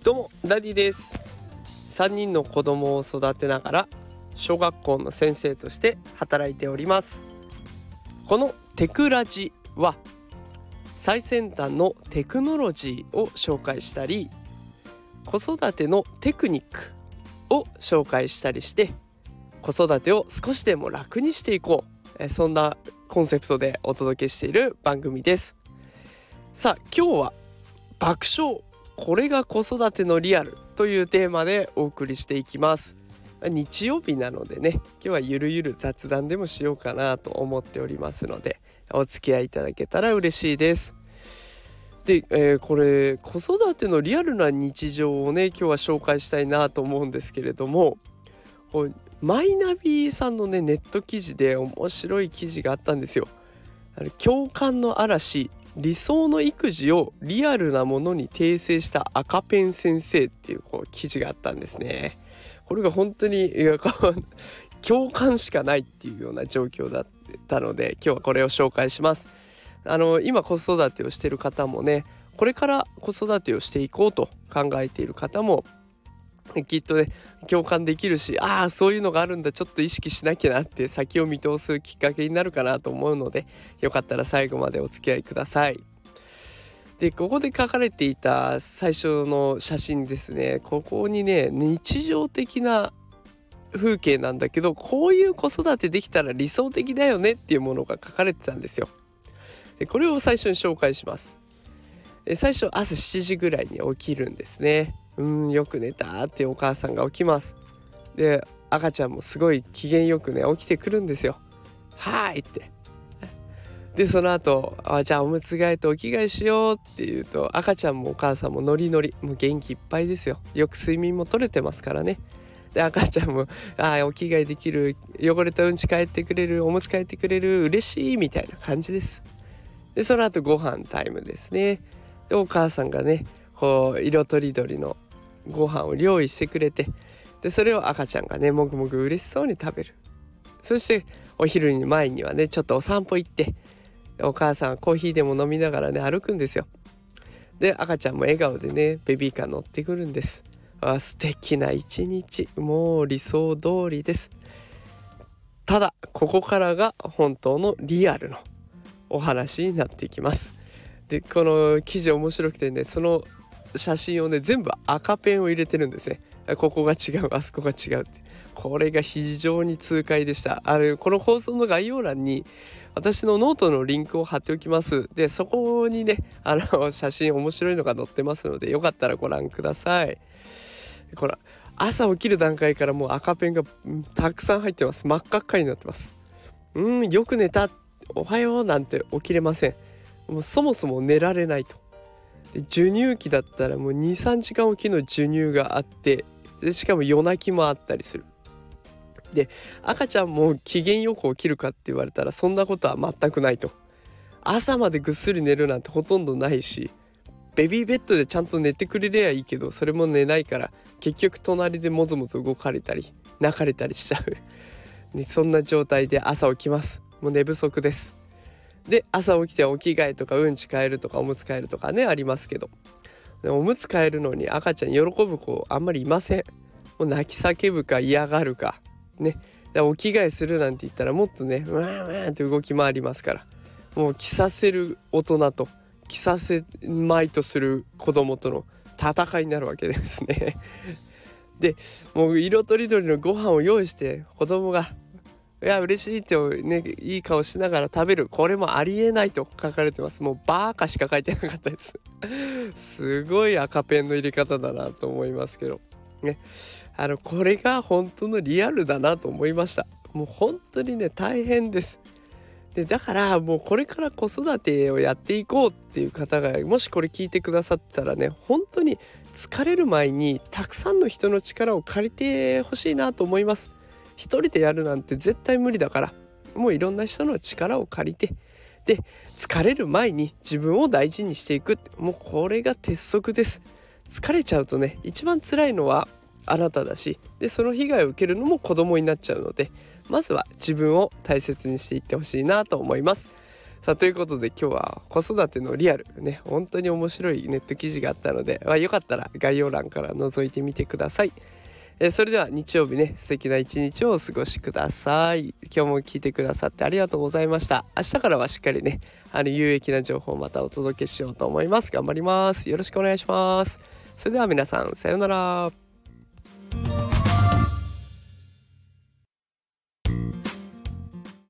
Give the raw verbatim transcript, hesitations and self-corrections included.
どうもダディです。さんにんの子供を育てながら小学校の先生として働いております。このテクラジは最先端のテクノロジーを紹介したり、子育てのテクニックを紹介したりして、子育てを少しでも楽にしていこう、そんなコンセプトでお届けしている番組です。さあ今日は爆笑、これが子育てのリアルというテーマでお送りしていきます。日曜日なのでね、今日はゆるゆる雑談でもしようかなと思っておりますので、お付き合いいただけたら嬉しいです。で、えー、これ子育てのリアルな日常をね今日は紹介したいなと思うんですけれども、こうマイナビさんのねネット記事で面白い記事があったんですよ。あの共感の嵐、理想の育児をリアルなものに訂正した赤ペン先生っていう、こう記事があったんですね。これが本当にいや共感しかないっていうような状況だったので、今日はこれを紹介します。あの今子育てをしている方もね、これから子育てをしていこうと考えている方もきっとね共感できるし、ああそういうのがあるんだ、ちょっと意識しなきゃなって先を見通すきっかけになるかなと思うので、よかったら最後までお付き合いください。でここで書かれていた最初の写真ですね、ここにね日常的な風景なんだけど、こういう子育てできたら理想的だよねっていうものが書かれてたんですよ。でこれを最初に紹介します。で最初朝しちじぐらいに起きるんですね。うんよく寝たってお母さんが起きます。で赤ちゃんもすごい機嫌よくね起きてくるんですよ。はーいって。でその後あじゃあおむつ替えとお着替えしようって言うと、赤ちゃんもお母さんもノリノリ、もう元気いっぱいですよ。よく睡眠も取れてますからね。で赤ちゃんもあお着替えできる、汚れたうんち帰ってくれる、おむつ帰ってくれる、嬉しいみたいな感じです。でその後ご飯タイムですね。でお母さんがねこう色とりどりのご飯を用意してくれて、でそれを赤ちゃんがねもぐもぐ嬉しそうに食べる。そしてお昼に前にはねちょっとお散歩行って、お母さんはコーヒーでも飲みながらね歩くんですよ。で赤ちゃんも笑顔でねベビーカー乗ってくるんです。あ素敵な一日、もう理想通りです。ただここからが本当のリアルのお話になっていきます。でこの記事面白くてね、その写真をね全部赤ペンを入れてるんですね。ここが違う、あそこが違うって、これが非常に痛快でした。あれこの放送の概要欄に私のノートのリンクを貼っておきます。でそこにねあの写真面白いのが載ってますので、よかったらご覧ください。これ朝起きる段階からもう赤ペンがたくさん入ってます。真っ赤っかになってます。うんよく寝た、おはようなんて起きれません。もうそもそも寝られないと。で授乳期だったらもう にさんじかんおきの授乳があって、でしかも夜泣きもあったりする。で赤ちゃんも機嫌よく起きるかって言われたらそんなことは全くないと。朝までぐっすり寝るなんてほとんどないし、ベビーベッドでちゃんと寝てくれりゃいいけど、それも寝ないから結局隣でもぞもぞ動かれたり泣かれたりしちゃう、ね、そんな状態で朝起きます。もう寝不足です。で朝起きてお着替えとかうんち替えるとかおむつ替えるとかねありますけど、おむつ替えるのに赤ちゃん喜ぶ子あんまりいません。もう泣き叫ぶか嫌がるかね。でお着替えするなんて言ったらもっとねうわんうわんって動き回りますから、もう着させる大人と着させまいとする子供との戦いになるわけですね。でもう色とりどりのご飯を用意して子供がいや嬉しいってねいい顔しながら食べる、これもありえないと書かれてます。もうバーカしか書いてなかったです。すごい赤ペンの入れ方だなと思いますけどね、あのこれが本当のリアルだなと思いました。もう本当にね大変です。でだからもうこれから子育てをやっていこうっていう方がもしこれ聞いてくださったらね、本当に疲れる前にたくさんの人の力を借りてほしいなと思います。一人でやるなんて絶対無理だから、もういろんな人の力を借りて、で疲れる前に自分を大事にしていく、もうこれが鉄則です。疲れちゃうとね一番辛いのはあなただし、でその被害を受けるのも子供になっちゃうので、まずは自分を大切にしていってほしいなと思います。 さあということで今日は子育てのリアルね、本当に面白いネット記事があったので、まあ、よかったら概要欄から覗いてみてください。えー、それでは日曜日ね、素敵な一日をお過ごしください。今日も聞いてくださってありがとうございました。明日からはしっかりね、あの有益な情報をまたお届けしようと思います。頑張ります。よろしくお願いします。それでは皆さん、さようなら。